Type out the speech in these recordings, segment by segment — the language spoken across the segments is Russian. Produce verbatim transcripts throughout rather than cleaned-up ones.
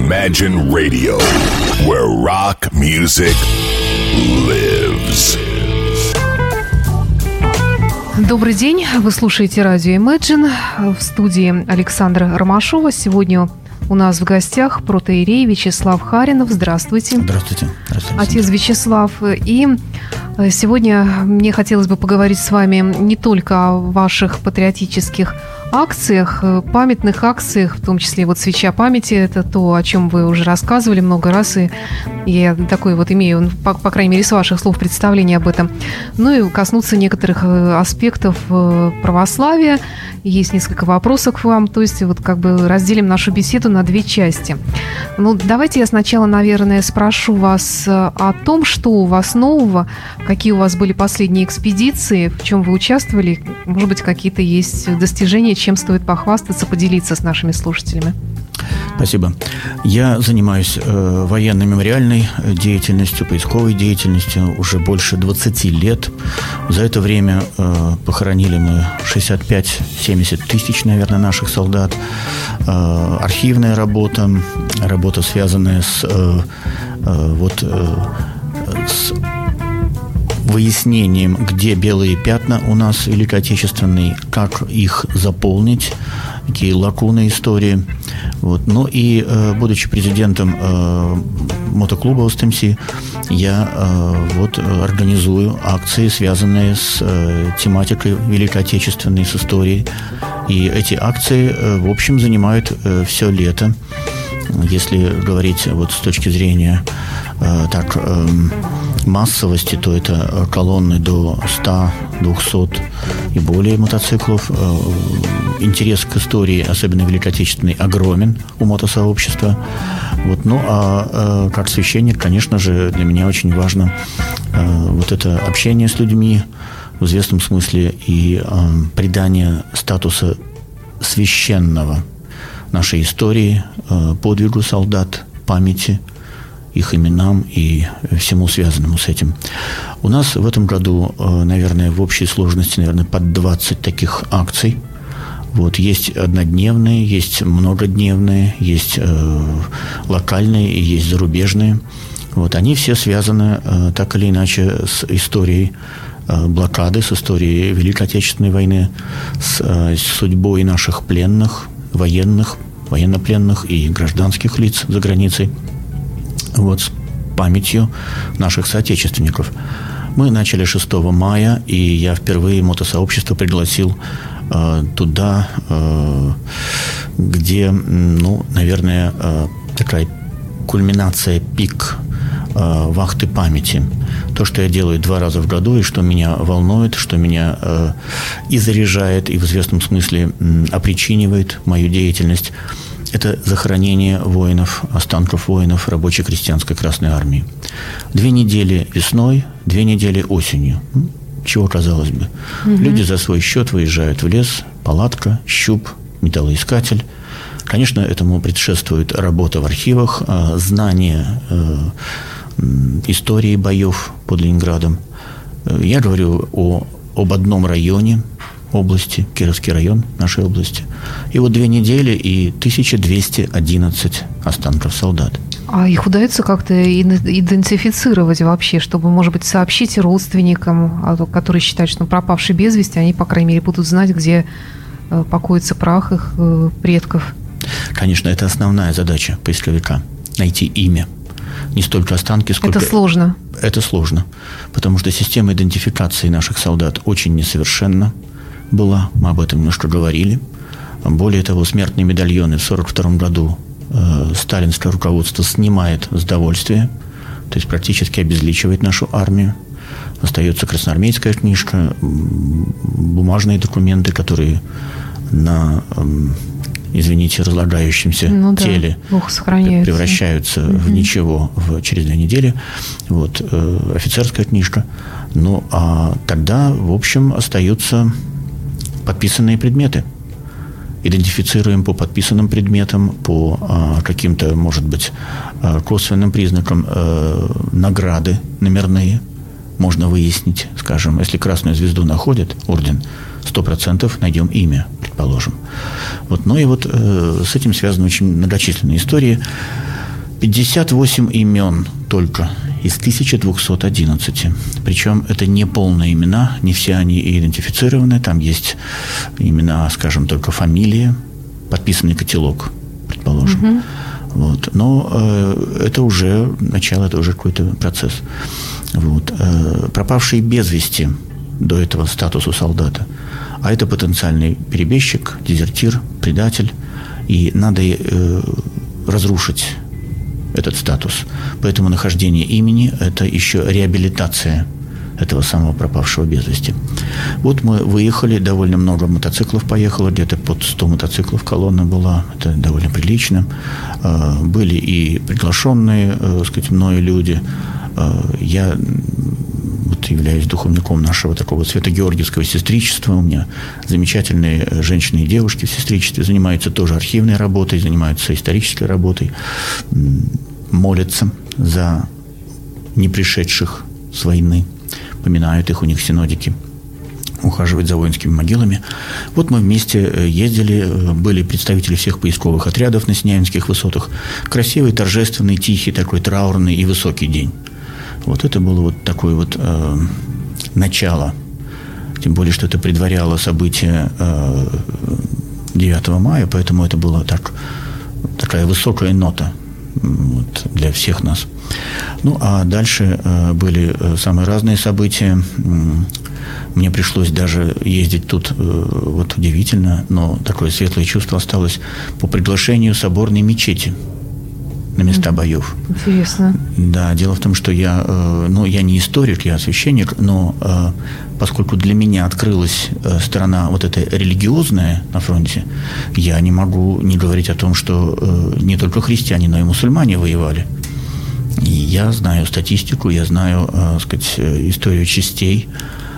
Imagine Radio, where rock music lives. Добрый день, вы слушаете радио Imagine, в студии Александра Ромашова. Сегодня у нас в гостях протоиерей Вячеслав Харинов. Здравствуйте. Здравствуйте. Здравствуйте. Отец Вячеслав. И сегодня мне хотелось бы поговорить с вами не только о ваших патриотических акциях, памятных акциях, в том числе вот «Свеча памяти», это то, о чем вы уже рассказывали много раз, и я такой вот имею, по, по крайней мере, с ваших слов представление об этом. Ну и коснуться некоторых аспектов православия. Есть несколько вопросов к вам, то есть вот как бы разделим нашу беседу на две части. Ну, давайте я сначала, наверное, спрошу вас о том, что у вас нового, какие у вас были последние экспедиции, в чем вы участвовали, может быть, какие-то есть достижения, чем стоит похвастаться, поделиться с нашими слушателями. Спасибо. Я занимаюсь э, военно-мемориальной деятельностью, поисковой деятельностью уже больше двадцати лет. За это время э, похоронили мы шестьдесят пять - семьдесят тысяч, наверное, наших солдат. Э, архивная работа, работа, связанная с, э, э, вот, э, с выяснением, где белые пятна у нас Великой Отечественной, как их заполнить, какие лакуны истории. Вот. Ну и, э, будучи президентом э, мотоклуба ОСТМС, я э, вот, организую акции, связанные с э, тематикой Великой Отечественной, с историей. И эти акции, э, в общем, занимают э, все лето. Если говорить вот с точки зрения э, так, э, массовости, то это колонны до ста - двухсот и более мотоциклов. Интерес к истории, особенно Великой Отечественной, огромен у мотосообщества. Вот. Ну, а как священник, конечно же, для меня очень важно вот это общение с людьми в известном смысле и придание статуса священного нашей истории, подвигу солдат, памяти, их именам и всему связанному с этим. У нас в этом году, наверное, в общей сложности, наверное, под двадцать таких акций. Вот, есть однодневные, есть многодневные, есть э, локальные и есть зарубежные. Вот, они все связаны э, так или иначе с историей э, блокады, с историей Великой Отечественной войны, с, э, с судьбой наших пленных, военных, военнопленных и гражданских лиц за границей. Вот, с памятью наших соотечественников. Мы начали шестого мая, и я впервые мотосообщество пригласил э, туда, э, где, ну, наверное, э, такая кульминация, пик э, вахты памяти. То, что я делаю два раза в году, и что меня волнует, что меня э, и заряжает, и в известном смысле э, опричинивает мою деятельность, это захоронение воинов, останков воинов рабоче-крестьянской Красной Армии. Две недели весной, две недели осенью. Чего, казалось бы. Угу. Люди за свой счет выезжают в лес, палатка, щуп, металлоискатель. Конечно, этому предшествует работа в архивах, знание истории боев под Ленинградом. Я говорю о, об одном районе области, Кировский район нашей области. И вот две недели и тысяча двести одиннадцать останков солдат. А их удается как-то идентифицировать вообще, чтобы, может быть, сообщить родственникам, которые считают, что пропавшие без вести, они, по крайней мере, будут знать, где покоится прах их предков? Конечно, это основная задача поисковика – найти имя. Не столько останки, сколько... Это сложно. Это сложно, потому что система идентификации наших солдат очень несовершенна была, мы об этом немножко говорили. Более того, смертные медальоны в сорок втором году э, сталинское руководство снимает с довольствия, то есть практически обезличивает нашу армию. Остается красноармейская книжка, бумажные документы, которые на, э, извините, разлагающемся ну, теле да, превращаются угу. в ничего в, через две недели. Вот, э, офицерская книжка. Ну, а тогда, в общем, остаются подписанные предметы. Идентифицируем по подписанным предметам, по а, каким-то, может быть, а, косвенным признакам а, награды номерные. Можно выяснить, скажем, если красную звезду находят, орден, сто процентов найдем имя, предположим. Вот, ну и вот э, с этим связаны очень многочисленные истории. пятьдесят восемь имен только из тысяча двести одиннадцать. Причем это не полные имена, не все они идентифицированы. Там есть имена, скажем, только фамилии, подписанный котелок, предположим. Угу. Вот. Но э, это уже начало, это уже какой-то процесс. Вот. Э, пропавшие без вести до этого статусу солдата. А это потенциальный перебежчик, дезертир, предатель. И надо э, разрушить этот статус. Поэтому нахождение имени – это еще реабилитация этого самого пропавшего без вести. Вот мы выехали, довольно много мотоциклов поехало, где-то под сто мотоциклов колонна была, это довольно прилично. Были и приглашенные, так сказать, мною люди. Я вот являюсь духовником нашего такого свято-георгиевского сестричества. У меня замечательные женщины и девушки в сестричестве, занимаются тоже архивной работой, занимаются исторической работой, молятся за непришедших с войны, поминают их, у них синодики, ухаживают за воинскими могилами. Вот мы вместе ездили, были представители всех поисковых отрядов на Синявинских высотах. Красивый, торжественный, тихий, такой траурный и высокий день. Вот это было вот такое вот э, начало. Тем более, что это предваряло события э, девятого мая, поэтому это была так, такая высокая нота вот, для всех нас. Ну, а дальше э, были самые разные события. Мне пришлось даже ездить тут, э, вот удивительно, но такое светлое чувство осталось по приглашению соборной мечети на места боев. Интересно. Да, дело в том, что я, э, ну, я не историк, я священник, но э, поскольку для меня открылась э, сторона вот эта религиозная на фронте, я не могу не говорить о том, что э, не только христиане, но и мусульмане воевали. И я знаю статистику, я знаю, э, сказать, историю частей.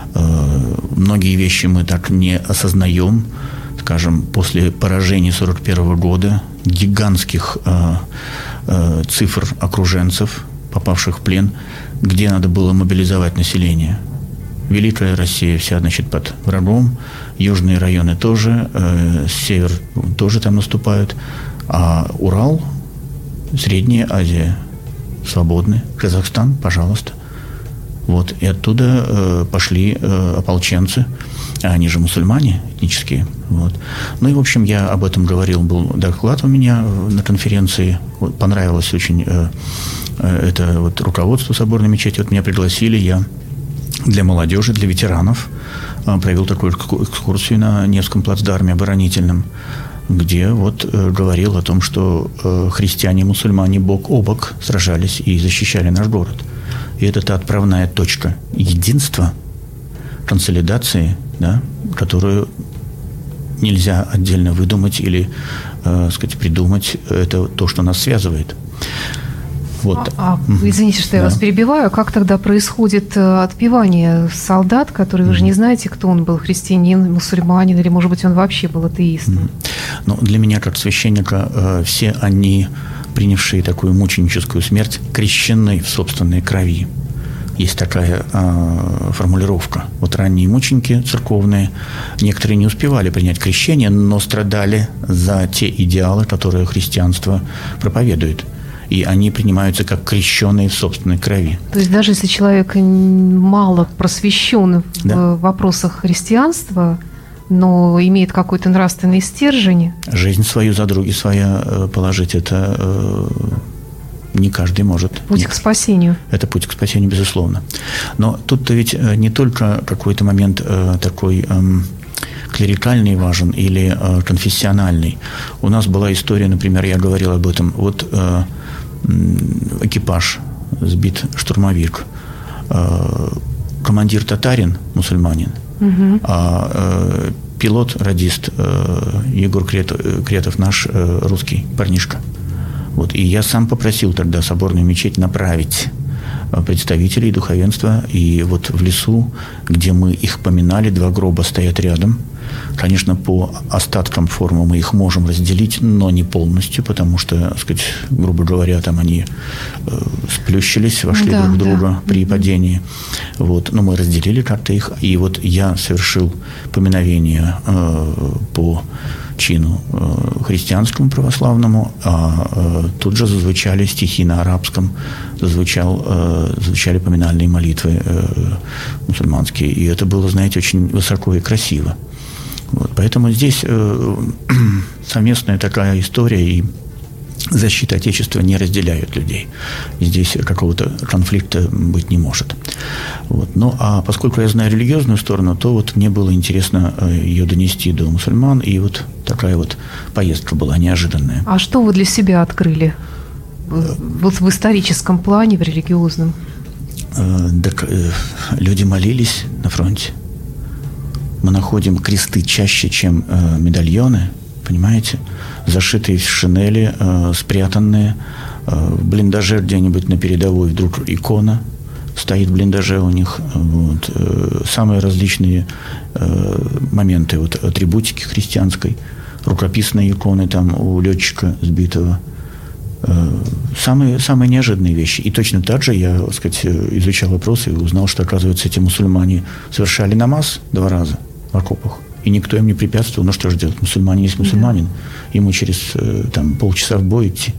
Э, многие вещи мы так не осознаем. Скажем, после поражения сорок первого года, гигантских э, э, цифр окруженцев, попавших в плен, где надо было мобилизовать население. Великая Россия вся, значит, под врагом, южные районы тоже, э, север тоже там наступают, а Урал, Средняя Азия свободны, Казахстан, пожалуйста. Вот, и оттуда э, пошли э, ополченцы, а они же мусульмане этнические. Вот. Ну и, в общем, я об этом говорил, был доклад у меня на конференции. Вот, понравилось очень э, э, это вот руководство соборной мечети. Вот меня пригласили, я для молодежи, для ветеранов э, провел такую экскурсию на Невском плацдарме оборонительном, где вот э, говорил о том, что э, христиане и мусульмане бок о бок сражались и защищали наш город. И это та отправная точка единства, консолидации, да, которую нельзя отдельно выдумать или, э, сказать, придумать. Это то, что нас связывает. Вот. А, а, извините, что я да. вас перебиваю. Как тогда происходит отпевание солдат, которые вы же не знаете, кто он был, христианин, мусульманин, или, может быть, он вообще был атеистом? Ну, для меня, как священника, э, все они, принявшие такую мученическую смерть, крещены в собственной крови. Есть такая э, формулировка. Вот ранние мученики церковные, некоторые не успевали принять крещение, но страдали за те идеалы, которые христианство проповедует. И они принимаются как крещенные в собственной крови. То есть даже если человек мало просвещен да. в вопросах христианства, но имеет какой-то нравственный стержень. Жизнь свою за други своя положить, это э, не каждый может. Путь Нет. к спасению. Это путь к спасению, безусловно. Но тут-то ведь не только какой-то момент э, такой э, клерикальный важен или э, конфессиональный. У нас была история, например, я говорил об этом, вот э, экипаж, сбит штурмовик, э, командир татарин, мусульманин, угу. а э, пилот, радист э, Егор Кретов, Кретов, наш э, русский парнишка. Вот. И я сам попросил тогда соборную мечеть направить представителей духовенства. И вот в лесу, где мы их поминали, два гроба стоят рядом. Конечно, по остаткам формы мы их можем разделить, но не полностью, потому что, так сказать, грубо говоря, там они э, сплющились, вошли да, друг в друга да. при падении. Вот. Но мы разделили как-то их. И вот я совершил поминовение э, по чину христианскому православному, а тут же зазвучали стихи на арабском, зазвучал, зазвучали поминальные молитвы мусульманские. И это было, знаете, очень высоко и красиво. Вот, поэтому здесь совместная такая история и защита Отечества не разделяют людей. Здесь какого-то конфликта быть не может. Вот. Ну, а поскольку я знаю религиозную сторону, то вот мне было интересно ее донести до мусульман, и вот такая вот поездка была неожиданная. А что вы для себя открыли? Вот в историческом плане, в религиозном? Так люди молились на фронте. Мы находим кресты чаще, чем медальоны, понимаете? Зашитые в шинели, э, спрятанные. Э, в блиндаже где-нибудь на передовой вдруг икона стоит в блиндаже у них. Вот. Э, самые различные э, моменты, вот, атрибутики христианской, рукописные иконы там у летчика сбитого. Э, самые, самые неожиданные вещи. И точно так же я, так сказать, изучал вопросы и узнал, что, оказывается, эти мусульмане совершали намаз два раза в окопах. И никто им не препятствовал. Ну что же делать? Мусульманин есть мусульманин. Да. Ему через там, полчаса в бой идти.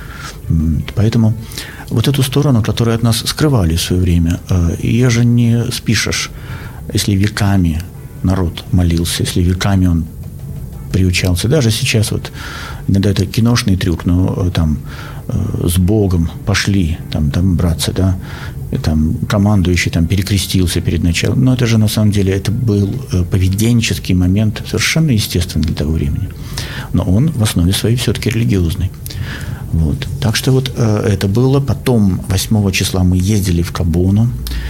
Поэтому вот эту сторону, которую от нас скрывали в свое время, ее же не спишешь. Если веками народ молился, если веками он приучался. Даже сейчас вот иногда это киношный трюк, но там с Богом пошли, там, там братцы, да, и там командующий там перекрестился перед началом. Но это же на самом деле это был поведенческий момент, совершенно естественный для того времени. Но он в основе своей все-таки религиозный. Вот. Так что вот э, это было. Потом восьмого числа мы ездили в Кабону.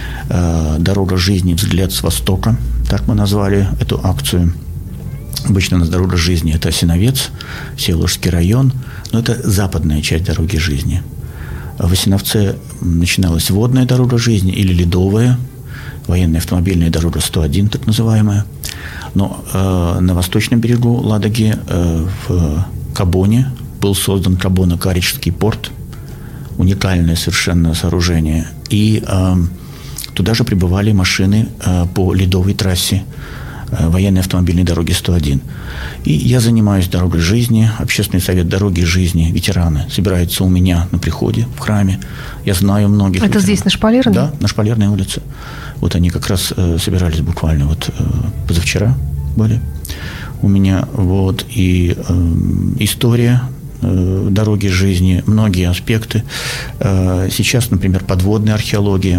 Э, «Дорога жизни. Взгляд с востока». Так мы назвали эту акцию. Обычно у нас «Дорога жизни» – это Осиновец, Всеволожский район. Но это западная часть «Дороги жизни». В Осиновце начиналась водная дорога жизни или ледовая, военная автомобильная дорога сто один, так называемая. Но э, на восточном берегу Ладоги, э, в Кабоне, был создан Кабоно-Каричский порт, уникальное совершенно сооружение. И э, туда же прибывали машины э, по ледовой трассе э, военной автомобильной дороги сто один. И я занимаюсь дорогой жизни. Общественный совет дороги жизни, ветераны, собирается у меня на приходе в храме. Я знаю многих. Это ветеранов. Здесь, на Шпалерной? Да, на Шпалерной улице. Вот они как раз э, собирались буквально вот э, позавчера были у меня. Вот. И э, история э, дороги жизни, многие аспекты. Э, сейчас, например, подводная археология.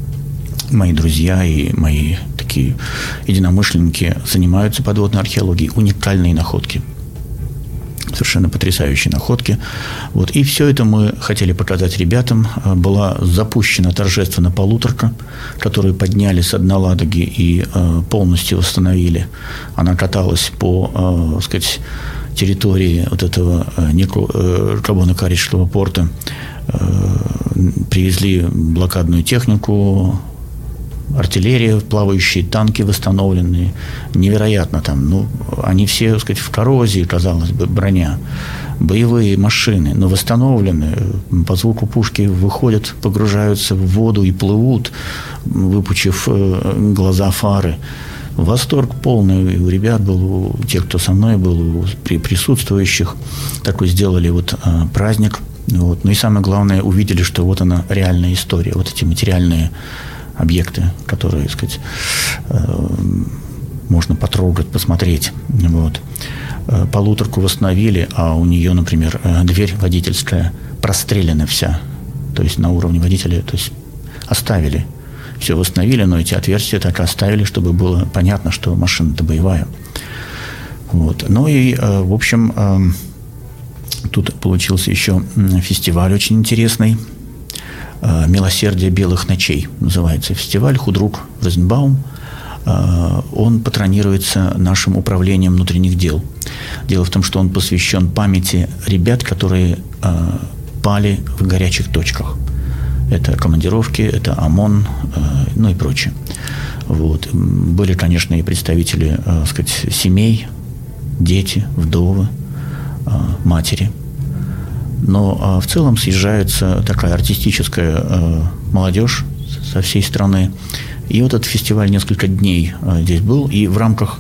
Мои друзья и мои такие единомышленники занимаются подводной археологией. Уникальные находки. Совершенно потрясающие находки. Вот. И все это мы хотели показать ребятам. Была запущена торжественно полуторка, которую подняли с дна Ладоги и э, полностью восстановили. Она каталась по, э, так сказать, территории вот этого э, э, Кабоно-Каричского порта. Э, привезли блокадную технику, артиллерия, плавающие танки восстановленные. Невероятно там. Ну, они все, так сказать, в коррозии, казалось бы, броня. Боевые машины, но восстановлены. По звуку пушки выходят, погружаются в воду и плывут, выпучив глаза фары. Восторг полный у ребят был, у тех, кто со мной был, у присутствующих. Такой сделали вот праздник. Вот. Ну и самое главное, увидели, что вот она реальная история. Вот эти материальные объекты, которые, так сказать, можно потрогать, посмотреть. Вот. Полуторку восстановили, а у нее, например, дверь водительская прострелена вся. То есть на уровне водителя, то есть оставили. Все восстановили, но эти отверстия так и оставили, чтобы было понятно, что машина-то боевая. Вот. Ну и, в общем, тут получился еще фестиваль очень интересный. «Милосердие белых ночей» называется фестиваль. Худрук Розенбаум. Он патронируется нашим управлением внутренних дел. Дело в том, что он посвящен памяти ребят, которые пали в горячих точках. Это командировки, это ОМОН, ну и прочее. Вот. Были, конечно, и представители, так сказать, семей, дети, вдовы, матери. Но а, в целом съезжается такая артистическая э, молодежь со всей страны. И вот этот фестиваль несколько дней э, здесь был. И в рамках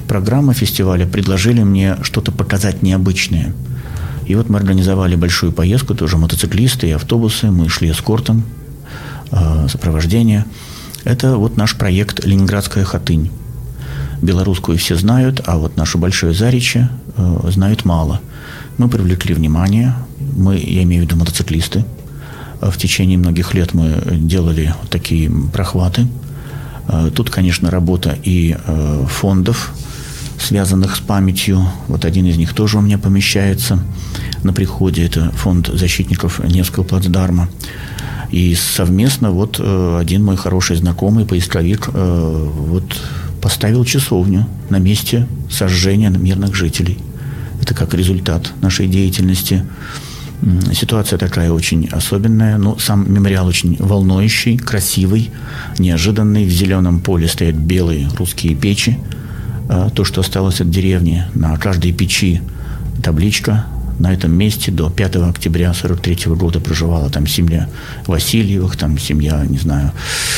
программа фестиваля предложили мне что-то показать необычное. И вот мы организовали большую поездку, тоже мотоциклисты и автобусы, мы шли эскортом, э, сопровождение. Это вот наш проект «Ленинградская Хатынь». Белорусскую все знают, а вот наше Большое Заречье э, знают мало. Мы привлекли внимание, мы, я имею в виду мотоциклисты. В течение многих лет мы делали вот такие прохваты. Э, тут, конечно, работа и э, фондов, связанных с памятью. Вот один из них тоже у меня помещается на приходе. Это фонд защитников Невского плацдарма. И совместно вот э, один мой хороший знакомый, поисковик, э, вот поставил часовню на месте сожжения мирных жителей. Это как результат нашей деятельности. Ситуация такая очень особенная, но сам мемориал очень волнующий, красивый, неожиданный. В зеленом поле стоят белые русские печи. То, что осталось от деревни, на каждой печи табличка. На этом месте до пятого октября сорок третьего года проживала там семья Васильевых, там семья, не знаю,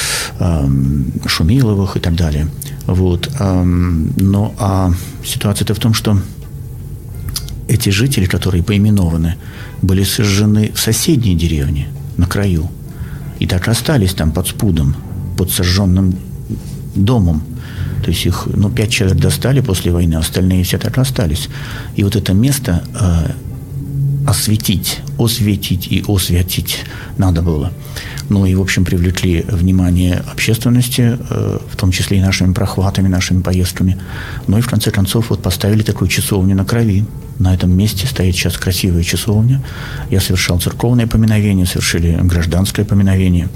Шумиловых и так далее. Вот. Но а ситуация-то в том, что эти жители, которые поименованы, были сожжены в соседней деревне, на краю. И так остались там под спудом, под сожженным домом. То есть их, ну, пять человек достали после войны, остальные все так остались. И вот это место э, осветить, осветить и освятить надо было. Ну и, в общем, привлекли внимание общественности, э, в том числе и нашими прохватами, нашими поездками. Ну и, в конце концов, вот поставили такую часовню на крови. На этом месте стоит сейчас красивая часовня. Я совершал церковное поминовение, совершили гражданское поминовение.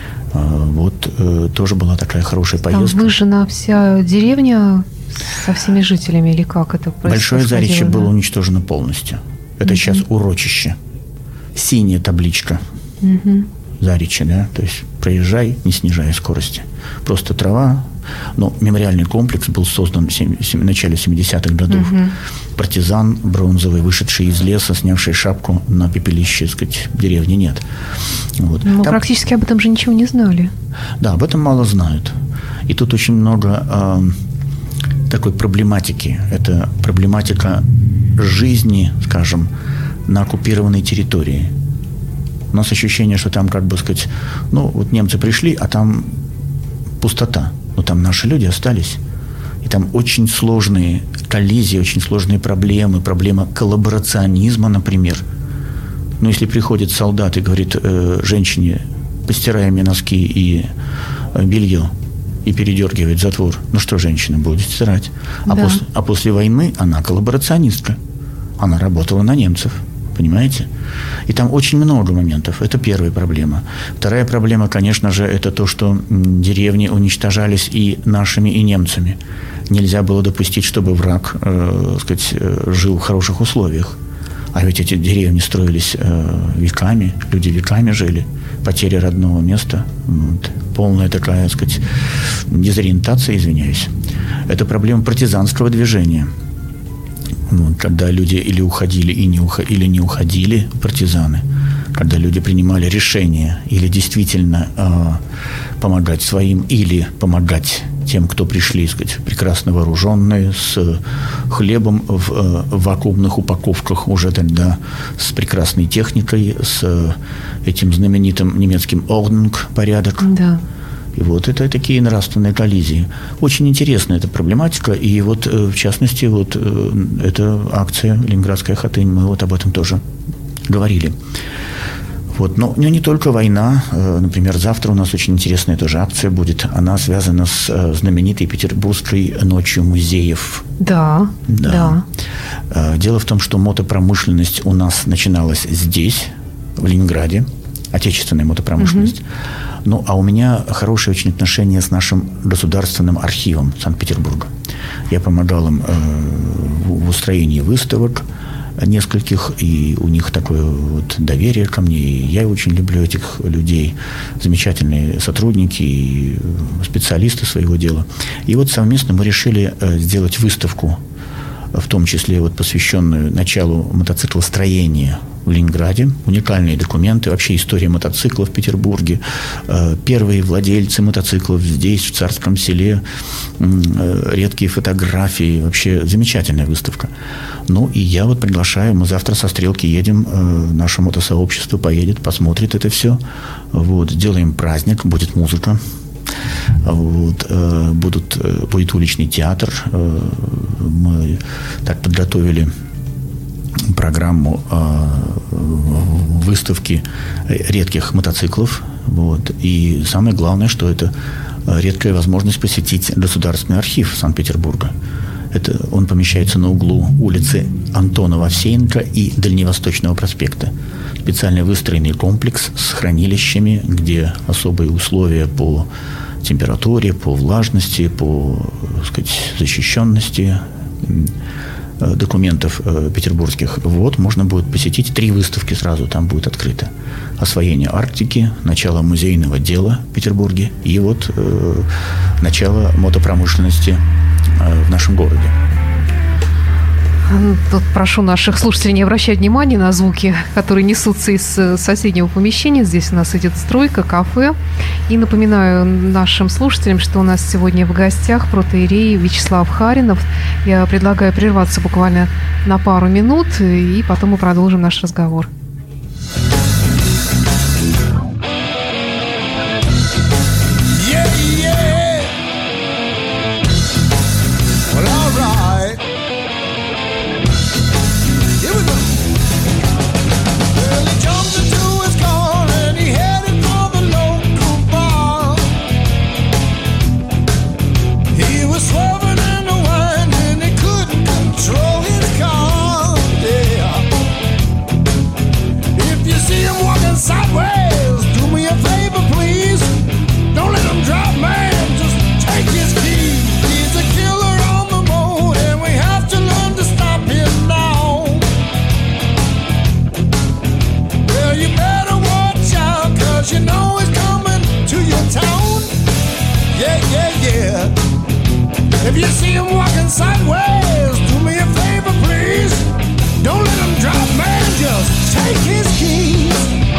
Вот э, тоже была такая хорошая поездка. Там выжжена вся деревня со всеми жителями или как это происходило? Большое Заречье было уничтожено полностью. Это угу. сейчас урочище. Синяя табличка. Угу. Заречье, да? То есть проезжай, не снижая скорости. Просто трава. Но мемориальный комплекс был создан в, сем... в начале семидесятых годов. Угу. Партизан бронзовый, вышедший из леса, снявший шапку на пепелище, так сказать, деревни нет. Вот. Мы Там... практически об этом же ничего не знали. Да, об этом мало знают. И тут очень много э, такой проблематики. Это проблематика жизни, скажем, на оккупированной территории. У нас ощущение, что там, как бы сказать, ну, вот немцы пришли, а там пустота. Но там наши люди остались. И там очень сложные коллизии, очень сложные проблемы. Проблема коллаборационизма, например. Ну, если приходит солдат и говорит э, женщине, постирай мне носки и э, белье, и передергивает затвор, ну что женщина будет стирать? А, да. после, а после войны она коллаборационистка. Она работала на немцев. Понимаете? И там очень много моментов. Это первая проблема. Вторая проблема, конечно же, это то, что деревни уничтожались и нашими, и немцами. Нельзя было допустить, чтобы враг, э, сказать, жил в хороших условиях. А ведь эти деревни строились э, веками, люди веками жили. Потеря родного места, вот, полная такая, так сказать, дезориентация, извиняюсь. Это проблема партизанского движения. Вот, когда люди или уходили, и не ухо, или не уходили, партизаны, когда люди принимали решение или действительно э, помогать своим, или помогать тем, кто пришли, так сказать, прекрасно вооруженные, с хлебом в, э, в вакуумных упаковках уже тогда, с прекрасной техникой, с этим знаменитым немецким «Ordnung» порядок. Да. И вот это такие нравственные коллизии. Очень интересная эта проблематика. И вот, в частности, вот эта акция «Ленинградская Хатынь», мы вот об этом тоже говорили. Вот. Но не только война. Например, завтра у нас очень интересная тоже акция будет. Она связана с знаменитой Петербургской ночью музеев. Да, да. да. Дело в том, что мотопромышленность у нас начиналась здесь, в Ленинграде. Отечественная мотопромышленность. Угу. Ну, а у меня хорошие очень отношения с нашим государственным архивом Санкт-Петербурга. Я помогал им э, в устроении выставок нескольких, и у них такое вот доверие ко мне. И я очень люблю этих людей. Замечательные сотрудники и специалисты своего дела. И вот совместно мы решили э, сделать выставку, в том числе вот посвященную началу мотоциклостроения в Ленинграде, уникальные документы, вообще история мотоцикла в Петербурге, первые владельцы мотоциклов здесь, в Царском Селе, редкие фотографии, вообще замечательная выставка. Ну, и я вот приглашаю, мы завтра со «Стрелки» едем, наше мотосообщество поедет, посмотрит это все, вот, сделаем праздник, будет музыка. Вот, э, будут, э, будет уличный театр. Э, мы так подготовили программу э, выставки редких мотоциклов. Вот, и самое главное, что это редкая возможность посетить Государственный архив Санкт-Петербурга. Это, он помещается на углу улицы Антонова Овсеенко и Дальневосточного проспекта. Специально выстроенный комплекс с хранилищами, где особые условия по температуре, по влажности, по, так сказать, защищенности документов э, петербургских. Вот, можно будет посетить три выставки сразу, там будет открыто. Освоение Арктики, начало музейного дела в Петербурге и вот э, начало мотопромышленности э, в нашем городе. Тут прошу наших слушателей не обращать внимания на звуки, которые несутся из соседнего помещения. Здесь у нас идет стройка, кафе. И напоминаю нашим слушателям, что у нас сегодня в гостях протоиерей Вячеслав Харинов. Я предлагаю прерваться буквально на пару минут, и потом мы продолжим наш разговор. If you see him walking sideways, do me a favor, please. Don't let him drop, man, just take his keys.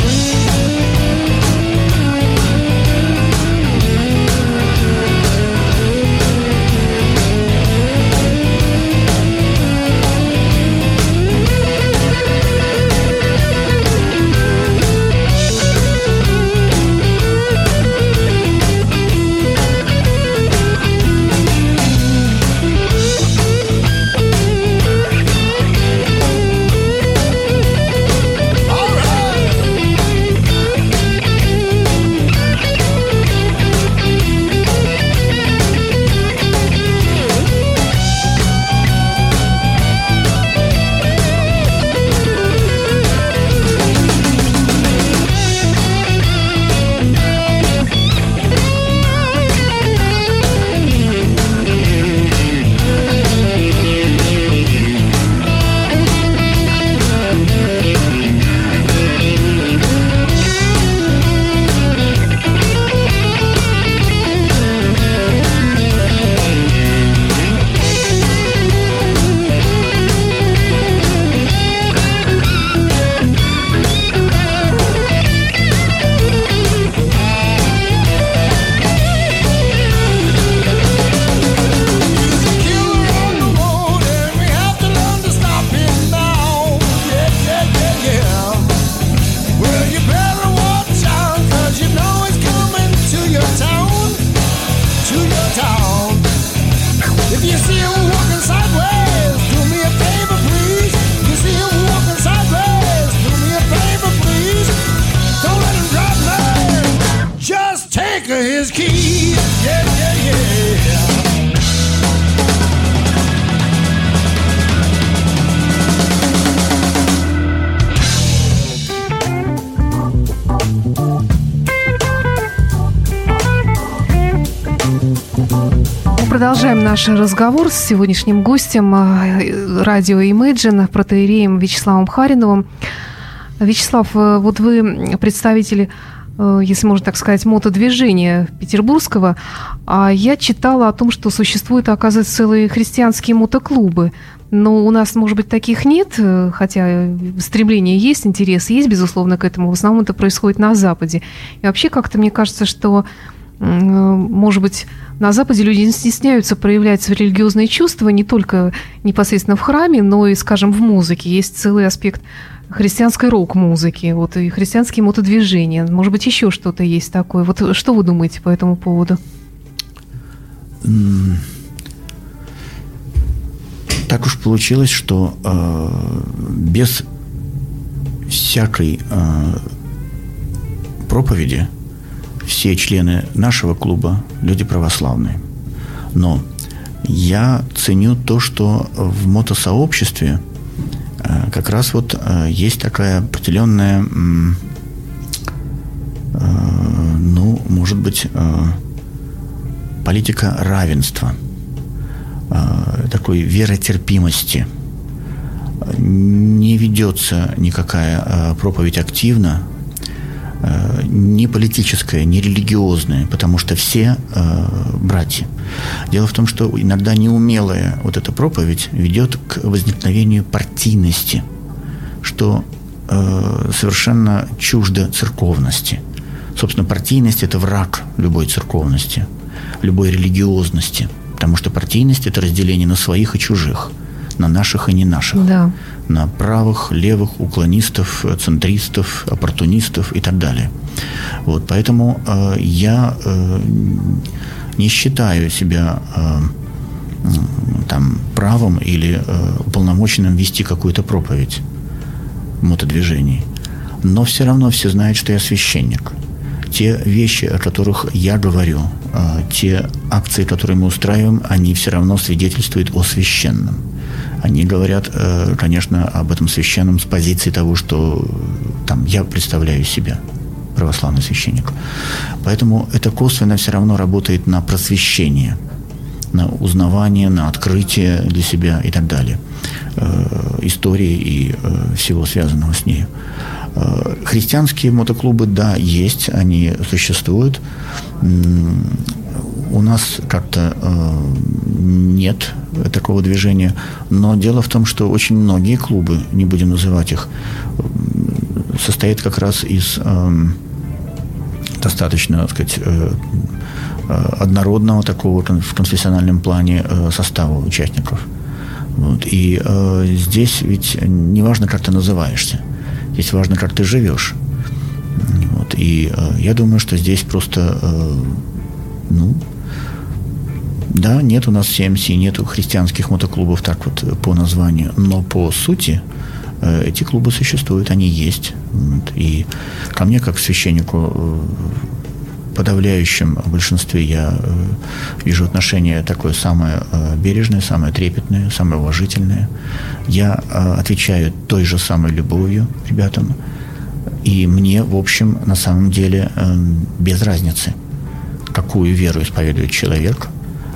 Продолжаем наш разговор с сегодняшним гостем радио Imagine, протоиереем Вячеславом Хариновым. Вячеслав, вот вы представители, если можно так сказать, мотодвижения петербургского, а я читала о том, что существуют, оказывается, целые христианские мотоклубы. Но у нас, может быть, таких нет, хотя стремление есть, интерес есть, безусловно, к этому. В основном это происходит на Западе. И вообще как-то мне кажется, что, может быть, на Западе люди не стесняются проявлять свои религиозные чувства не только непосредственно в храме, но и, скажем, в музыке. Есть целый аспект христианской рок-музыки, вот, и христианские мотодвижения. Может быть, еще что-то есть такое. Вот что вы думаете по этому поводу? Так уж получилось, что э, без всякой э, проповеди все члены нашего клуба люди православные. Но я ценю то, что в мотосообществе э, как раз вот э, есть такая определенная, э, ну, может быть, э, политика равенства, э, такой веротерпимости. Не ведется никакая э, проповедь активно, не политическое, не религиозное, потому что все э, братья. Дело в том, что иногда неумелая вот эта проповедь ведет к возникновению партийности, что э, совершенно чуждо церковности. Собственно, партийность – это враг любой церковности, любой религиозности, потому что партийность – это разделение на своих и чужих, на наших и не наших. Да. На правых, левых, уклонистов, центристов, оппортунистов и так далее. Вот, поэтому э, я э, не считаю себя э, там, правым или э, уполномоченным вести какую-то проповедь в мотодвижении. Но все равно все знают, что я священник. Те вещи, о которых я говорю, э, те акции, которые мы устраиваем, они все равно свидетельствуют о священном. Они говорят, конечно, об этом священном с позиции того, что там, я представляю себя, православный священник. Поэтому это косвенно все равно работает на просвещение, на узнавание, на открытие для себя и так далее. Истории и всего связанного с ней. Христианские мотоклубы, да, есть, они существуют. У нас как-то э, нет такого движения. Но дело в том, что очень многие клубы, не будем называть их, состоят как раз из э, достаточно, так сказать, э, однородного такого в конфессиональном плане э, состава участников. Вот. И э, здесь ведь не важно, как ты называешься. Здесь важно, как ты живешь. Вот. И э, я думаю, что здесь просто э, ну, да, нет у нас си эм си, нету христианских мотоклубов так вот по названию, но по сути э, эти клубы существуют, они есть. Вот. И ко мне, как священнику, э, в подавляющем большинстве я э, вижу отношение такое самое э, бережное, самое трепетное, самое уважительное. Я э, отвечаю той же самой любовью ребятам. И мне, в общем, на самом деле э, без разницы, какую веру исповедует человек,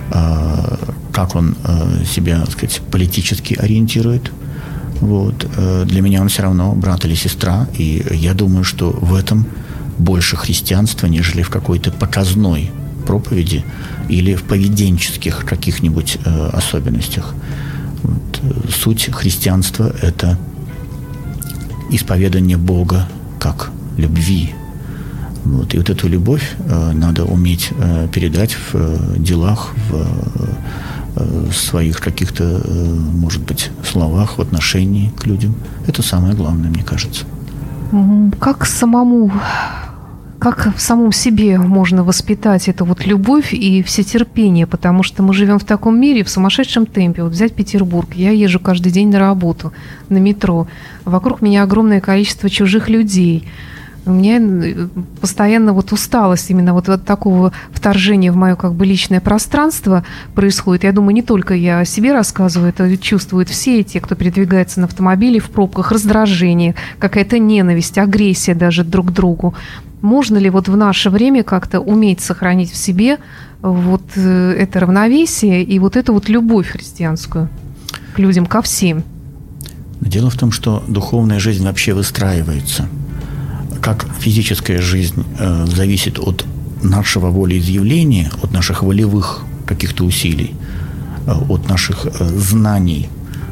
как он себя, так сказать, политически ориентирует. Вот. Для меня он все равно брат или сестра, и я думаю, что в этом больше христианства, нежели в какой-то показной проповеди или в поведенческих каких-нибудь особенностях. Вот. Суть христианства – это исповедание Бога как любви. Вот. И вот эту любовь э, надо уметь э, передать в э, делах, в э, своих каких-то, э, может быть, словах, в отношении к людям. Это самое главное, мне кажется. Как самому, как в самом себе можно воспитать эту вот любовь и всетерпение, потому что мы живем в таком мире, в сумасшедшем темпе. Вот взять Петербург, я езжу каждый день на работу, на метро. Вокруг меня огромное количество чужих людей. У меня постоянно вот усталость именно вот от такого вторжения в мое как бы личное пространство происходит. Я думаю, не только я о себе рассказываю, это чувствуют все те, кто передвигается на автомобиле в пробках, раздражение, какая-то ненависть, агрессия даже друг к другу. Можно ли вот в наше время как-то уметь сохранить в себе вот это равновесие и вот эту вот любовь христианскую к людям, ко всем? Дело в том, что духовная жизнь вообще выстраивается. Как физическая жизнь э, зависит от нашего волеизъявления, от наших волевых каких-то усилий, э, от наших э, знаний,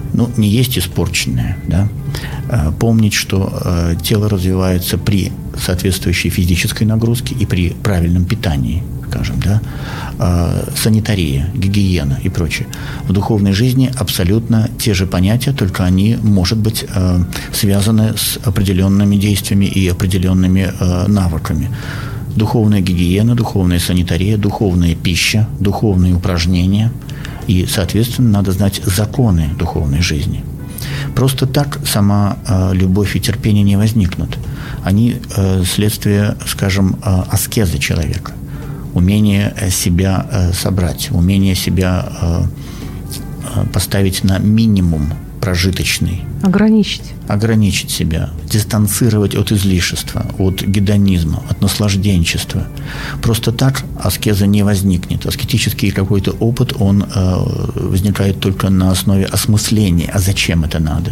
ну, не есть испорченное, да, помнить, что тело развивается при соответствующей физической нагрузке и при правильном питании, скажем, да, санитария, гигиена и прочее. В духовной жизни абсолютно те же понятия, только они, может быть, связаны с определенными действиями и определенными навыками. Духовная гигиена, духовная санитария, духовная пища, духовные упражнения. И, соответственно, надо знать законы духовной жизни. Просто так сама э, любовь и терпение не возникнут. Они э, следствие, скажем, э, аскезы человека. Умение себя э, собрать, умение себя э, э, поставить на минимум прожиточный. Ограничить. Ограничить себя, дистанцировать от излишества, от гедонизма, от наслажденчества. Просто так аскеза не возникнет. Аскетический какой-то опыт, он э, возникает только на основе осмысления, а зачем это надо.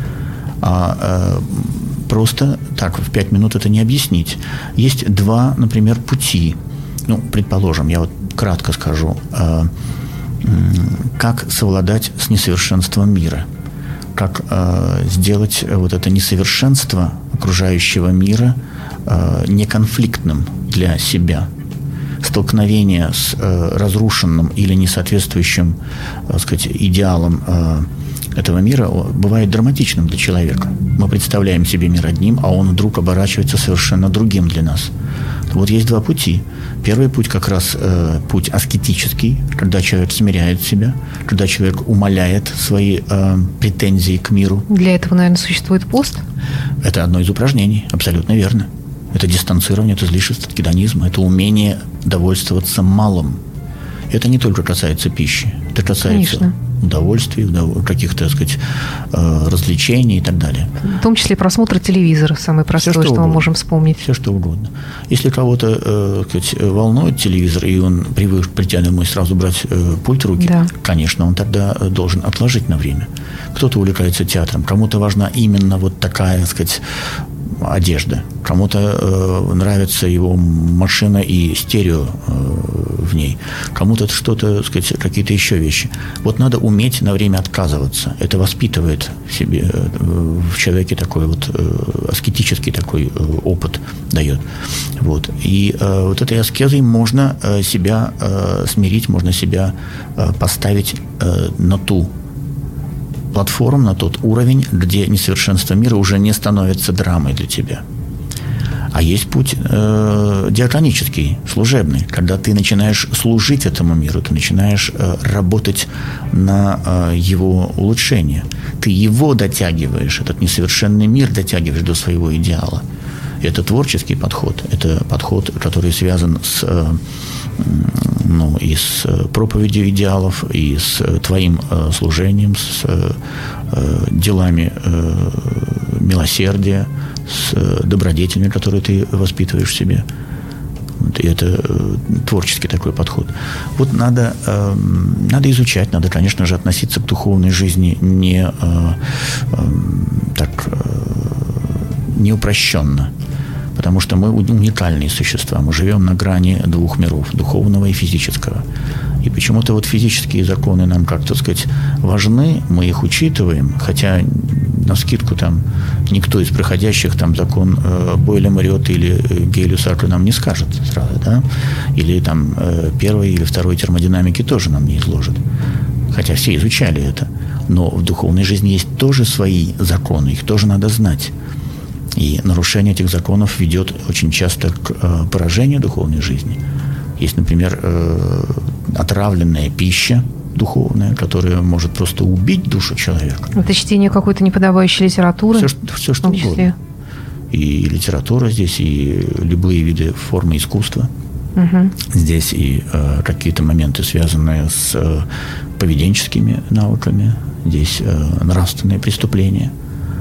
А э, просто так в пять минут это не объяснить. Есть два, например, пути. Ну, предположим, я вот кратко скажу, э, э, как совладать с несовершенством мира. Как э, сделать вот это несовершенство окружающего мира э, неконфликтным для себя. Столкновение с э, разрушенным или несоответствующим, так сказать, идеалом э, этого мира бывает драматичным для человека. Мы представляем себе мир одним, а он вдруг оборачивается совершенно другим для нас. Вот есть два пути. Первый путь как раз э, путь аскетический, когда человек смиряет себя, когда человек умаляет свои э, претензии к миру. Для этого, наверное, существует пост? Это одно из упражнений, абсолютно верно. Это дистанцирование от излишеств, от гедонизма, это умение довольствоваться малым. Это не только касается пищи, это касается Конечно. удовольствий, каких-то, так сказать, развлечений и так далее. В том числе просмотр телевизора, самое простое, Все, что, что мы можем вспомнить. Все, что угодно. Если кого-то, так сказать, волнует телевизор, и он привык, придя домой, сразу брать пульт в руки, да. конечно, он тогда должен отложить на время. Кто-то увлекается театром, кому-то важна именно вот такая, так сказать, одежда. Кому-то э, нравится его машина и стерео э, в ней. Кому-то что-то, так сказать, какие-то еще вещи. Вот надо уметь на время отказываться. Это воспитывает в себе, э, в человеке такой вот э, аскетический такой э, опыт дает. Вот. И э, вот этой аскезой можно э, себя э, смирить, можно себя э, поставить э, на ту платформ, на тот уровень, где несовершенство мира уже не становится драмой для тебя. А есть путь э, диаконический, служебный, когда ты начинаешь служить этому миру, ты начинаешь э, работать на э, его улучшение. Ты его дотягиваешь, этот несовершенный мир дотягиваешь до своего идеала. Это творческий подход, это подход, который связан с, э, ну, и с проповедью идеалов, и с твоим э, служением, с э, делами э, милосердия, с э, добродетелями, которые ты воспитываешь в себе. Вот, и это э, творческий такой подход. Вот надо, э, надо изучать, надо, конечно же, относиться к духовной жизни не э, э, так э, не упрощенно. Потому что мы уникальные существа. Мы живем на грани двух миров, духовного и физического. И почему-то вот физические законы нам, как так сказать, важны, мы их учитываем, хотя навскидку там никто из проходящих там закон э, Бойля, Мариотты или Гей-Люсака нам не скажет сразу, да? Или там э, первой или второй термодинамики тоже нам не изложат. Хотя все изучали это. Но в духовной жизни есть тоже свои законы, их тоже надо знать. И нарушение этих законов ведет очень часто к э, поражению духовной жизни. Есть, например, э, отравленная пища духовная, которая может просто убить душу человека. Это чтение какой-то неподобающей литературы? Все, все что угодно. И литература здесь, и любые виды формы искусства. Угу. Здесь и э, какие-то моменты, связанные с э, поведенческими навыками. Здесь э, нравственные преступления.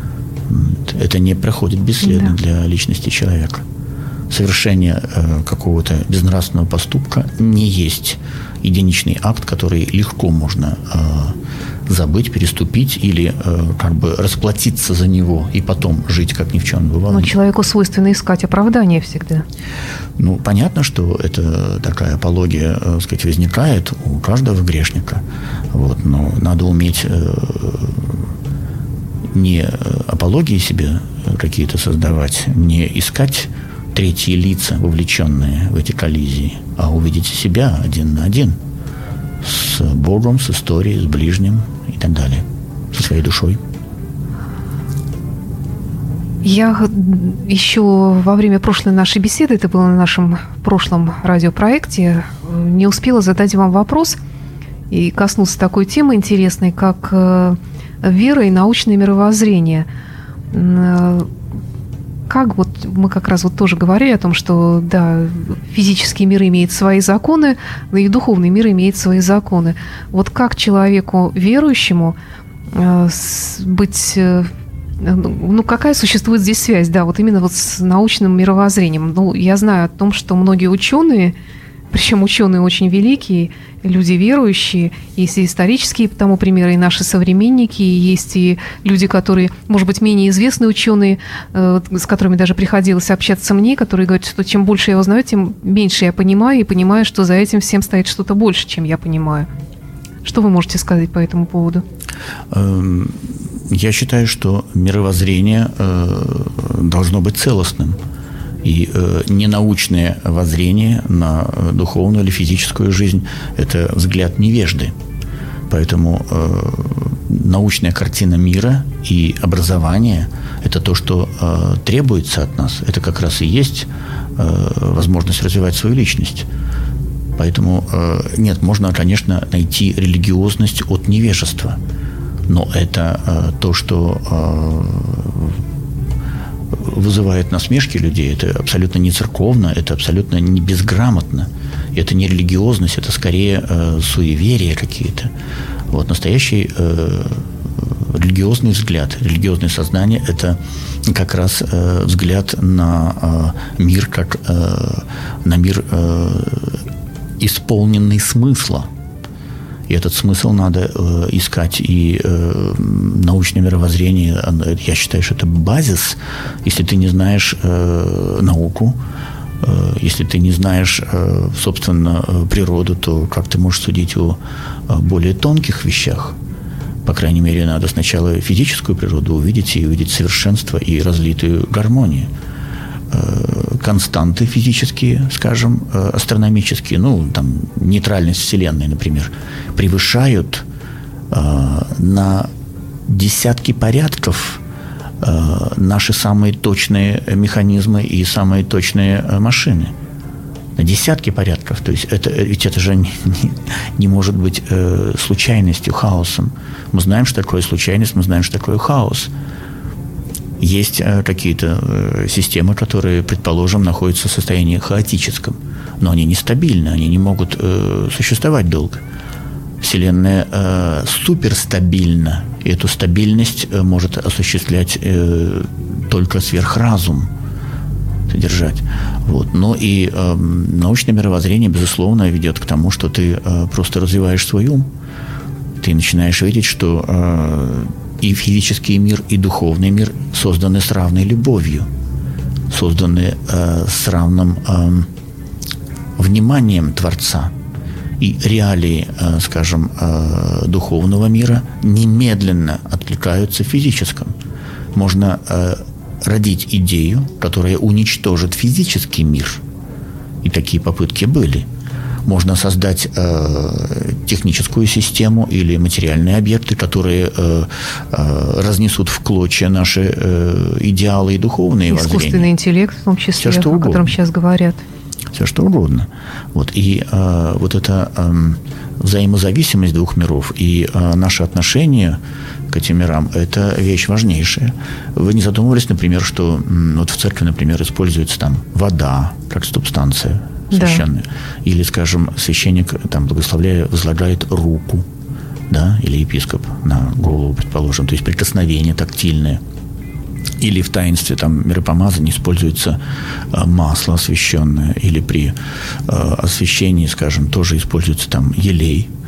Это не проходит бесследно да. для личности человека. Совершение э, какого-то безнравственного поступка не есть единичный акт, который легко можно э, забыть, переступить или э, как бы расплатиться за него и потом жить, как ни в чем не бывало. Но человеку свойственно искать оправдание всегда. Ну, понятно, что это такая апология, так сказать, возникает у каждого грешника. Вот, но надо уметь э, не апологии себе какие-то создавать, не искать третьи лица, вовлеченные в эти коллизии, а увидеть себя один на один с Богом, с историей, с ближним и так далее, со своей душой. Я еще во время прошлой нашей беседы, это было на нашем прошлом радиопроекте, не успела задать вам вопрос и коснуться такой темы интересной, как вера и научное мировоззрение. Как вот мы как раз вот тоже говорили о том, что да, физический мир имеет свои законы, но и духовный мир имеет свои законы. Вот как человеку верующему э, быть, э, ну какая существует здесь связь, да, вот именно вот с научным мировоззрением. Ну, я знаю о том, что многие ученые, причем ученые очень великие, люди верующие, есть и исторические тому примеры, и наши современники, и есть и люди, которые, может быть, менее известные ученые, э, с которыми даже приходилось общаться мне, которые говорят, что чем больше я узнаю, тем меньше я понимаю, и понимаю, что за этим всем стоит что-то больше, чем я понимаю. Что вы можете сказать по этому поводу? Я считаю, что мировоззрение должно быть целостным. И э, ненаучное воззрение на духовную или физическую жизнь – это взгляд невежды. Поэтому э, научная картина мира и образование – это то, что э, требуется от нас. Это как раз и есть э, возможность развивать свою личность. Поэтому э, нет, можно, конечно, найти религиозность от невежества. Но это э, то, что э, вызывает насмешки людей. Это абсолютно не церковно, это абсолютно не безграмотно. Это не религиозность, это скорее э, суеверия какие-то. Вот, настоящий э, религиозный взгляд, религиозное сознание – это как раз э, взгляд на э, мир, как э, на мир, э, исполненный смысла. И этот смысл надо э, искать. И э, научное мировоззрение, я считаю, что это базис. Если ты не знаешь э, науку, э, если ты не знаешь, э, собственно, природу, то как ты можешь судить о, о более тонких вещах? По крайней мере, надо сначала физическую природу увидеть и увидеть совершенство и разлитую гармонию. Константы физические, скажем, астрономические, ну, там, нейтральность Вселенной, например, превышают э, на десятки порядков э, наши самые точные механизмы и самые точные машины. На десятки порядков. То есть это, ведь это же не, не, не может быть э, случайностью, хаосом. Мы знаем, что такое случайность, мы знаем, что такое хаос. Есть э, какие-то э, системы, которые, предположим, находятся в состоянии хаотическом, но они нестабильны, они не могут э, существовать долго. Вселенная э, суперстабильна, и эту стабильность э, может осуществлять э, только сверхразум, содержать. Вот. Но и э, научное мировоззрение, безусловно, ведет к тому, что ты э, просто развиваешь свой ум, ты начинаешь видеть, что э, и физический мир, и духовный мир созданы с равной любовью, созданы э, с равным э, вниманием Творца. И реалии, э, скажем, э, духовного мира немедленно откликаются в физическом. Можно э, родить идею, которая уничтожит физический мир. И такие попытки были. Можно создать э, техническую систему или материальные объекты, которые э, э, разнесут в клочья наши э, идеалы и духовные воззрения. Искусственный интеллект, в том числе, Все, о котором сейчас говорят. Все что угодно. Вот. И э, вот эта э, взаимозависимость двух миров и э, наше отношение к этим мирам – это вещь важнейшая. Вы не задумывались, например, что э, вот в церкви, например, используется там вода как субстанция священная. Да. Или, скажем, священник, там, благословляя, возлагает руку, да, или епископ на голову, предположим, то есть прикосновение тактильное. Или в таинстве там, миропомазания используется э, масло освященное, или при э, освящении, скажем, тоже используется там елей.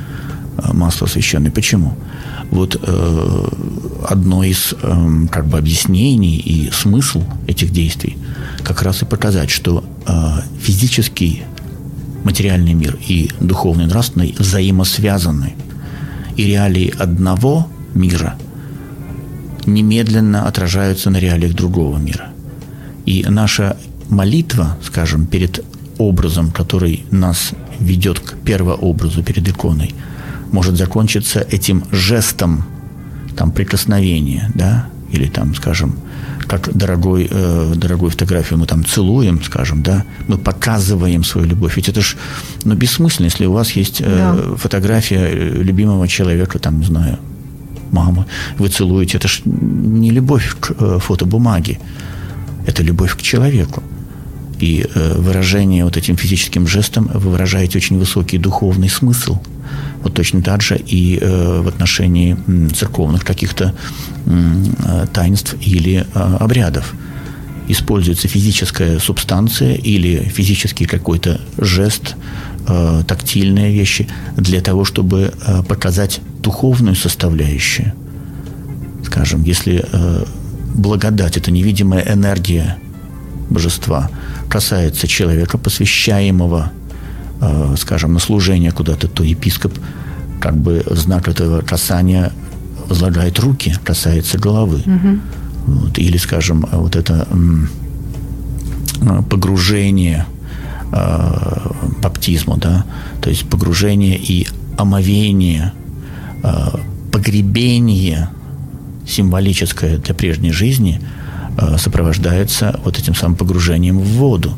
масло священное. Почему? Вот э, одно из э, как бы объяснений и смысл этих действий как раз и показать, что э, физический материальный мир и духовный нравственный взаимосвязаны. И реалии одного мира немедленно отражаются на реалиях другого мира. И наша молитва, скажем, перед образом, который нас ведет к первообразу, перед иконой, может закончиться этим жестом там, прикосновения, да, или там, скажем, как дорогой, э, дорогую фотографию мы там целуем, скажем, да, мы показываем свою любовь. Ведь это ж, ну, бессмысленно, если у вас есть э, да. фотография любимого человека, там, не знаю, мамы, вы целуете, это ж не любовь к э, фотобумаге, это любовь к человеку. И э, выражение вот этим физическим жестом вы выражаете очень высокий духовный смысл. Вот точно так же и э, в отношении м, церковных каких-то м, таинств или э, обрядов. Используется физическая субстанция или физический какой-то жест, э, тактильные вещи для того, чтобы э, показать духовную составляющую. Скажем, если э, благодать – это невидимая энергия божества, касается человека, посвящаемого, э, скажем, на служение куда-то, то епископ как бы в знак этого касания возлагает руки, касается головы. Mm-hmm. Вот, или, скажем, вот это м, погружение э, баптизму, да, то есть погружение и омовение, э, погребение символическое для прежней жизни э, сопровождается вот этим самым погружением в воду.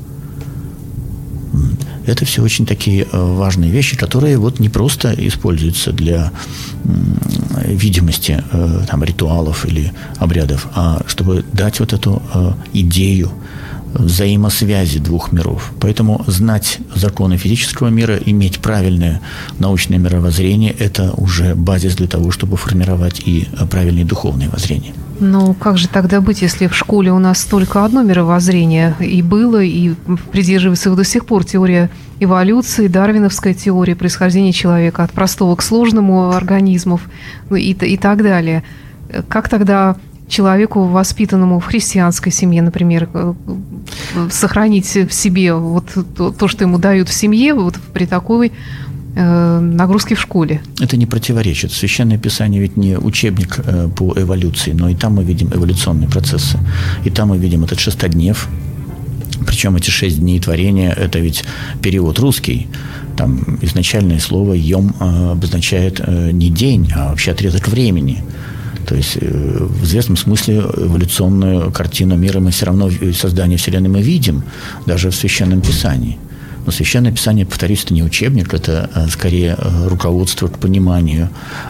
Это все очень такие важные вещи, которые вот не просто используются для э, видимости э, там, ритуалов или обрядов, а чтобы дать вот эту э, идею взаимосвязи двух миров. Поэтому знать законы физического мира, иметь правильное научное мировоззрение – это уже базис для того, чтобы формировать и правильные духовные воззрения. Ну, как же тогда быть, если в школе у нас только одно мировоззрение и было, и придерживается его до сих пор теория эволюции, дарвиновская теория происхождения человека от простого к сложному организмов и, и так далее. Как тогда человеку, воспитанному в христианской семье, например, сохранить в себе вот то, то что ему дают в семье, вот при такой э, нагрузке в школе? Это не противоречит. Священное Писание ведь не учебник э, по эволюции, но и там мы видим эволюционные процессы. И там мы видим этот шестоднев. Причем эти шесть дней творения – это ведь перевод русский. Там изначальное слово «йом» э, обозначает э, не день, а вообще отрезок времени. То есть в известном смысле эволюционную картину мира мы все равно, создание Вселенной мы видим, даже в Священном Писании. Но Священное Писание, повторюсь, это не учебник, это скорее руководство к пониманию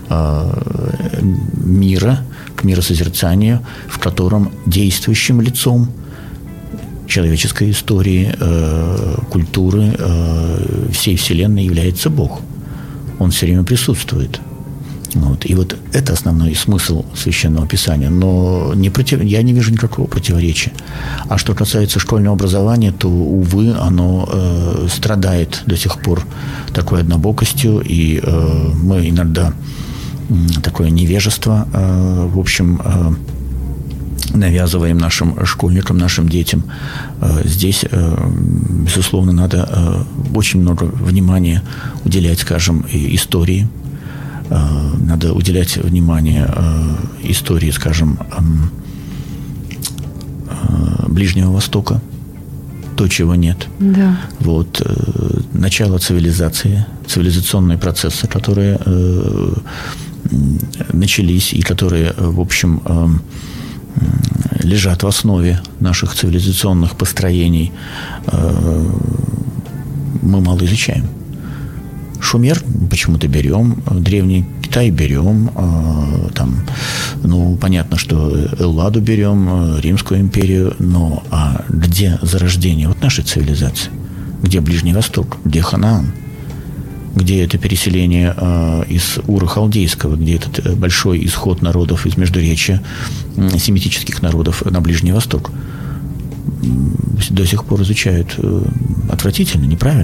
мира, к миросозерцанию, в котором действующим лицом человеческой истории, культуры, всей Вселенной является Бог. Он все время присутствует. Вот. И вот это основной смысл Священного Писания. Но не против... я не вижу никакого противоречия. А что касается школьного образования, то, увы, оно э, страдает до сих пор такой однобокостью. И э, мы иногда э, такое невежество, э, в общем, э, навязываем нашим школьникам, нашим детям. Э, здесь, э, безусловно, надо э, очень много внимания уделять, скажем, истории. Надо уделять внимание э, истории, скажем, э, э, Ближнего Востока, то, чего нет. Да. Вот, э, начало цивилизации, цивилизационные процессы, которые э, начались и которые, в общем, э, лежат в основе наших цивилизационных построений, э, мы мало изучаем. Шумер почему-то берем, Древний Китай берем, э, там, ну, понятно, что Элладу берем, э, Римскую империю, но а где зарождение вот нашей цивилизации? Где Ближний Восток? Где Ханаан? Где это переселение э, из Ура Халдейского, где этот большой исход народов из Междуречья, э, семитических народов на Ближний Восток? До сих пор изучают э, отвратительно, неправильно.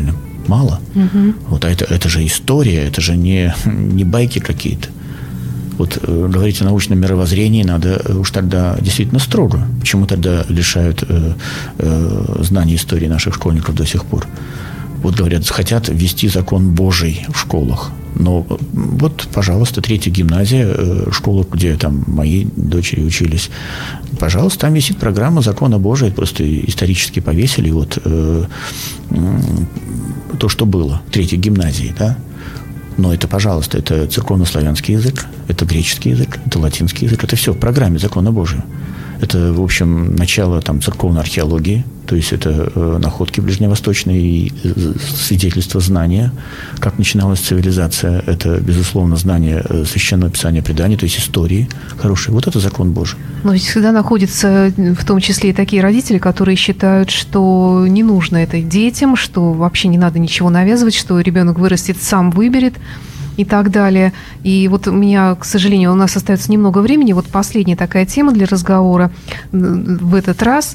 мало. Угу. Вот, а это, это же история, это же не, не байки какие-то. Вот э, говорить о научном мировоззрении надо уж тогда действительно строго. Почему тогда лишают э, э, знаний истории наших школьников до сих пор? Вот говорят, хотят ввести закон Божий в школах. Но вот, пожалуйста, третья гимназия, э, школа, где там мои дочери учились, пожалуйста, там висит программа закона Божия, просто исторически повесили вот э, э, то, что было в третьей гимназии, да. Но это, пожалуйста, это церковно-славянский язык, это греческий язык, это латинский язык, это все в программе закона Божия. Это, в общем, начало там, церковной археологии, то есть это э, находки ближневосточные и э, свидетельства знания, как начиналась цивилизация. Это, безусловно, знание э, священного писания преданий, то есть истории хорошие. Вот это закон Божий. Но ведь всегда находятся в том числе и такие родители, которые считают, что не нужно это детям, что вообще не надо ничего навязывать, что ребенок вырастет, сам выберет и так далее. И вот у меня, к сожалению, у нас остается немного времени. Вот последняя такая тема для разговора в этот раз.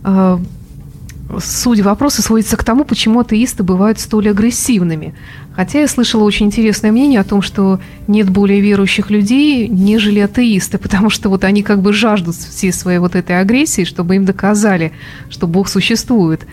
Суть вопроса сводится к тому, почему атеисты бывают столь агрессивными. Хотя я слышала очень интересное мнение о том, что нет более верующих людей, нежели атеисты, потому что вот они как бы жаждут всей своей вот этой агрессии, чтобы им доказали, что Бог существует.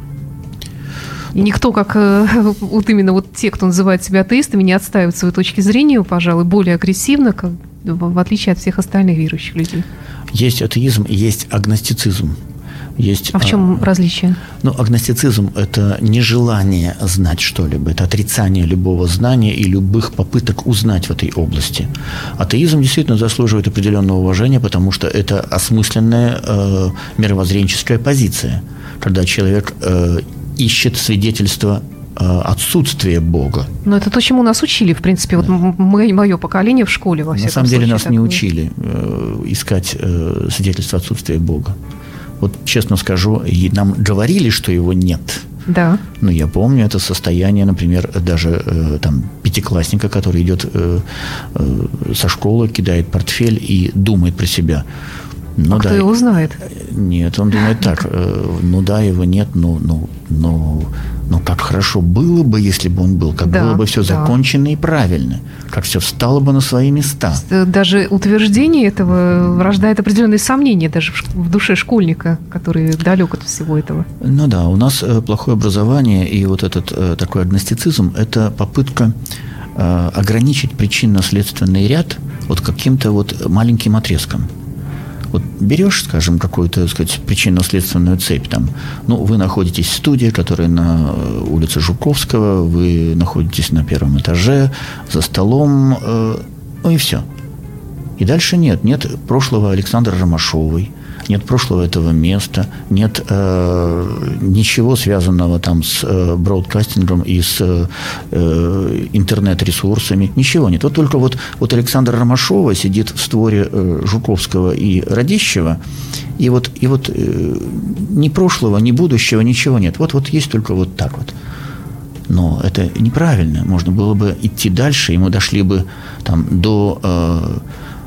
И никто, как вот именно вот те, кто называет себя атеистами, не отстаивает свою точку зрения, пожалуй, более агрессивно, как, в отличие от всех остальных верующих людей. Есть атеизм и есть агностицизм. Есть, а в чем а, различие? Ну, агностицизм – это нежелание знать что-либо, это отрицание любого знания и любых попыток узнать в этой области. Атеизм действительно заслуживает определенного уважения, потому что это осмысленная э, мировоззренческая позиция, когда человек э, ищет свидетельство отсутствие Бога. Но это то, чему нас учили, в принципе. Вот мы, мое поколение в школе, во всяком случае. На самом деле нас такое. не учили э, искать э, свидетельство отсутствия Бога. Вот честно скажу, нам говорили, что его нет. Да. Но я помню это состояние, например, даже э, там, пятиклассника, который идет э, э, со школы, кидает портфель и думает про себя. Ну, а да, кто его знает? Нет, он думает так, э, ну да, его нет, ну, ну, ну, ну как хорошо было бы, если бы он был, как да, было бы все да. закончено и правильно, как все встало бы на свои места. Даже утверждение этого рождает определенные сомнения даже в душе школьника, который далек от всего этого. Ну да, у нас плохое образование, и вот этот такой агностицизм – это попытка э, ограничить причинно-следственный ряд вот каким-то вот маленьким отрезком. Вот берешь, скажем, какую-то, так сказать, причинно-следственную цепь, там, ну, вы находитесь в студии, которая на улице Жуковского, вы находитесь на первом этаже, за столом, э, ну и все. И дальше нет, нет прошлого Александры Ромашовой, нет прошлого этого места, нет э, ничего связанного там с э, бродкастингом и с э, интернет-ресурсами, ничего нет. Вот только вот, вот Александра Ромашова сидит в створе э, Жуковского и Радищева, и вот, и вот э, ни прошлого, ни будущего, ничего нет. Вот, вот есть только вот так вот. Но это неправильно. Можно было бы идти дальше, и мы дошли бы там до... Э,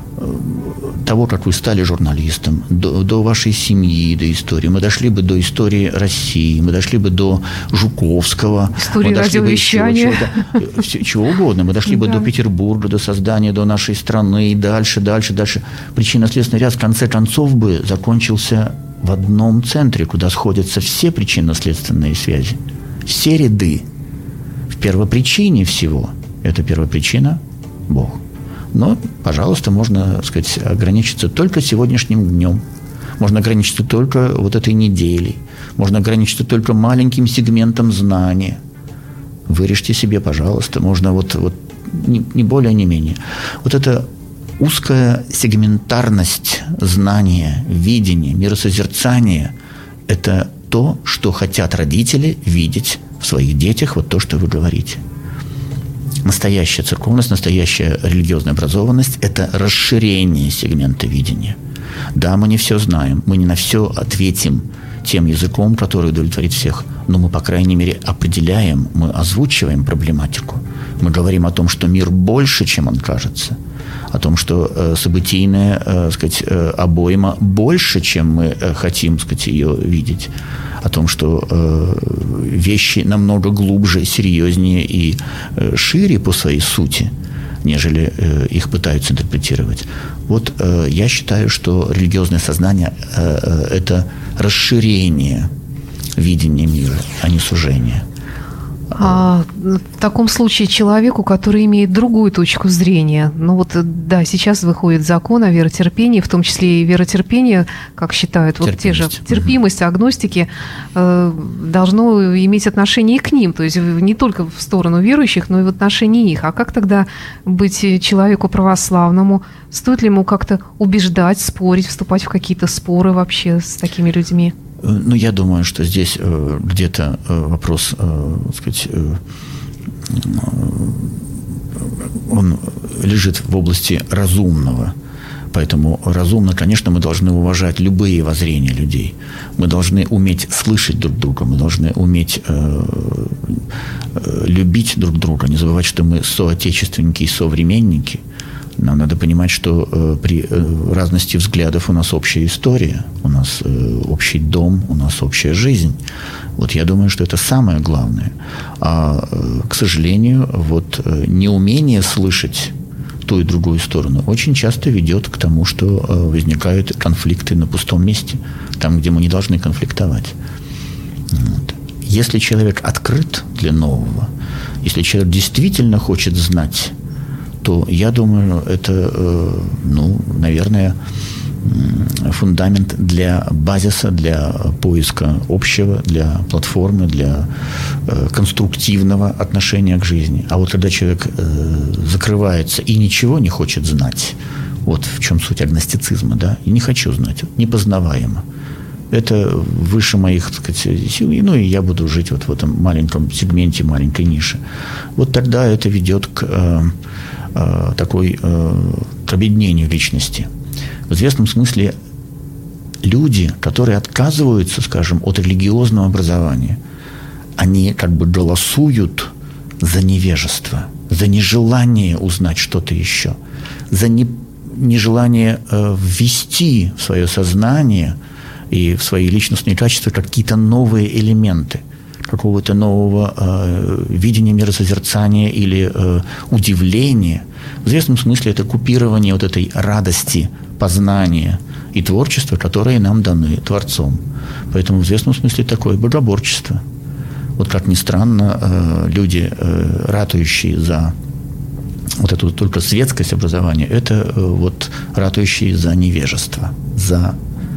того, как вы стали журналистом, до, до вашей семьи, до истории. Мы дошли бы до истории России, мы дошли бы до Жуковского. Истории радиовещания. Чего, чего, чего угодно. Мы дошли бы да. до Петербурга, до создания, до нашей страны, и дальше, дальше, дальше. Причинно-следственный ряд в конце концов бы закончился в одном центре, куда сходятся все причинно-следственные связи. Все ряды. В первопричине всего. Это первопричина – Бог. Но, пожалуйста, можно, так сказать, ограничиться только сегодняшним днем. Можно ограничиться только вот этой неделей. Можно ограничиться только маленьким сегментом знания. Вырежьте себе, пожалуйста. Можно вот, вот не, не более, не менее. Вот эта узкая сегментарность знания, видения, миросозерцания – это то, что хотят родители видеть в своих детях, вот то, что вы говорите. Настоящая церковность, настоящая религиозная образованность – это расширение сегмента видения. Да, мы не все знаем, мы не на все ответим тем языком, который удовлетворит всех, но мы, по крайней мере, определяем, мы озвучиваем проблематику. Мы говорим о том, что мир больше, чем он кажется, о том, что э, событийная э, сказать, э, обойма больше, чем мы э, хотим сказать, ее видеть, о том, что э, вещи намного глубже, серьезнее и э, шире по своей сути, нежели э, их пытаются интерпретировать. Вот э, я считаю, что религиозное сознание э, – это расширение видения мира, а не сужение. А в таком случае человеку, который имеет другую точку зрения, ну вот да, сейчас выходит закон о веротерпении, в том числе и веротерпение, как считают вот те же терпимость, агностики, э, должно иметь отношение и к ним, то есть не только в сторону верующих, но и в отношении них. А как тогда быть человеку православному? Стоит ли ему как-то убеждать, спорить, вступать в какие-то споры вообще с такими людьми? Ну, я думаю, что здесь э, где-то э, вопрос, э, так сказать, э, он лежит в области разумного. Поэтому разумно, конечно, мы должны уважать любые воззрения людей. Мы должны уметь слышать друг друга, мы должны уметь э, э, любить друг друга, не забывать, что мы соотечественники и современники. Нам надо понимать, что э, при э, разности взглядов у нас общая история, у нас э, общий дом, у нас общая жизнь. Вот я думаю, что это самое главное. А, э, к сожалению, вот э, неумение слышать ту и другую сторону очень часто ведет к тому, что э, возникают конфликты на пустом месте, там, где мы не должны конфликтовать. Вот. Если человек открыт для нового, если человек действительно хочет знать, то, я думаю, это, ну, наверное, фундамент для базиса, для поиска общего, для платформы, для конструктивного отношения к жизни. А вот когда человек закрывается и ничего не хочет знать, вот в чем суть агностицизма, да, и не хочу знать, непознаваемо. Это выше моих, так сказать, сил, ну и я буду жить вот в этом маленьком сегменте, маленькой нише. Вот тогда это ведет к э, э, такой э, к объединению личности. В известном смысле люди, которые отказываются, скажем, от религиозного образования, они как бы голосуют за невежество, за нежелание узнать что-то еще, за не, нежелание э, ввести в свое сознание и в свои личностные качества какие-то новые элементы, какого-то нового э, видения миросозерцания или э, удивления. В известном смысле это купирование вот этой радости познания и творчества, которые нам даны Творцом. Поэтому в известном смысле такое богоборчество. Вот как ни странно, э, люди, э, ратующие за вот эту только светскость образования, это э, вот ратующие за невежество, за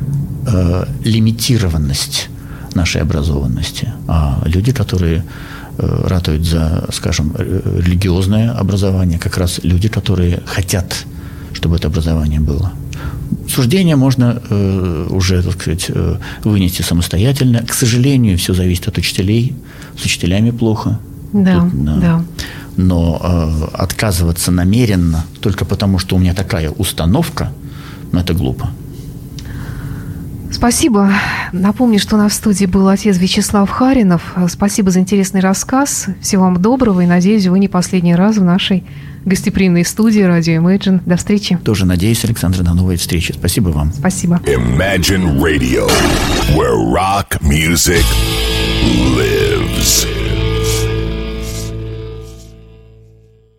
э, лимитированность нашей образованности. А люди, которые э, ратуют за, скажем, религиозное образование, как раз люди, которые хотят, чтобы это образование было. Суждение можно э, уже, так сказать, э, вынести самостоятельно. К сожалению, все зависит от учителей. С учителями плохо. Да, Тут, да. да. Но э, отказываться намеренно только потому, что у меня такая установка, ну, это глупо. Спасибо. Напомню, что у нас в студии был отец Вячеслав Харинов. Спасибо за интересный рассказ. Всего вам доброго и, надеюсь, вы не последний раз в нашей гостеприимной студии радио Imagine. До встречи. Тоже надеюсь, Александр, до новой встречи. Спасибо вам. Спасибо. Imagine Radio, where rock music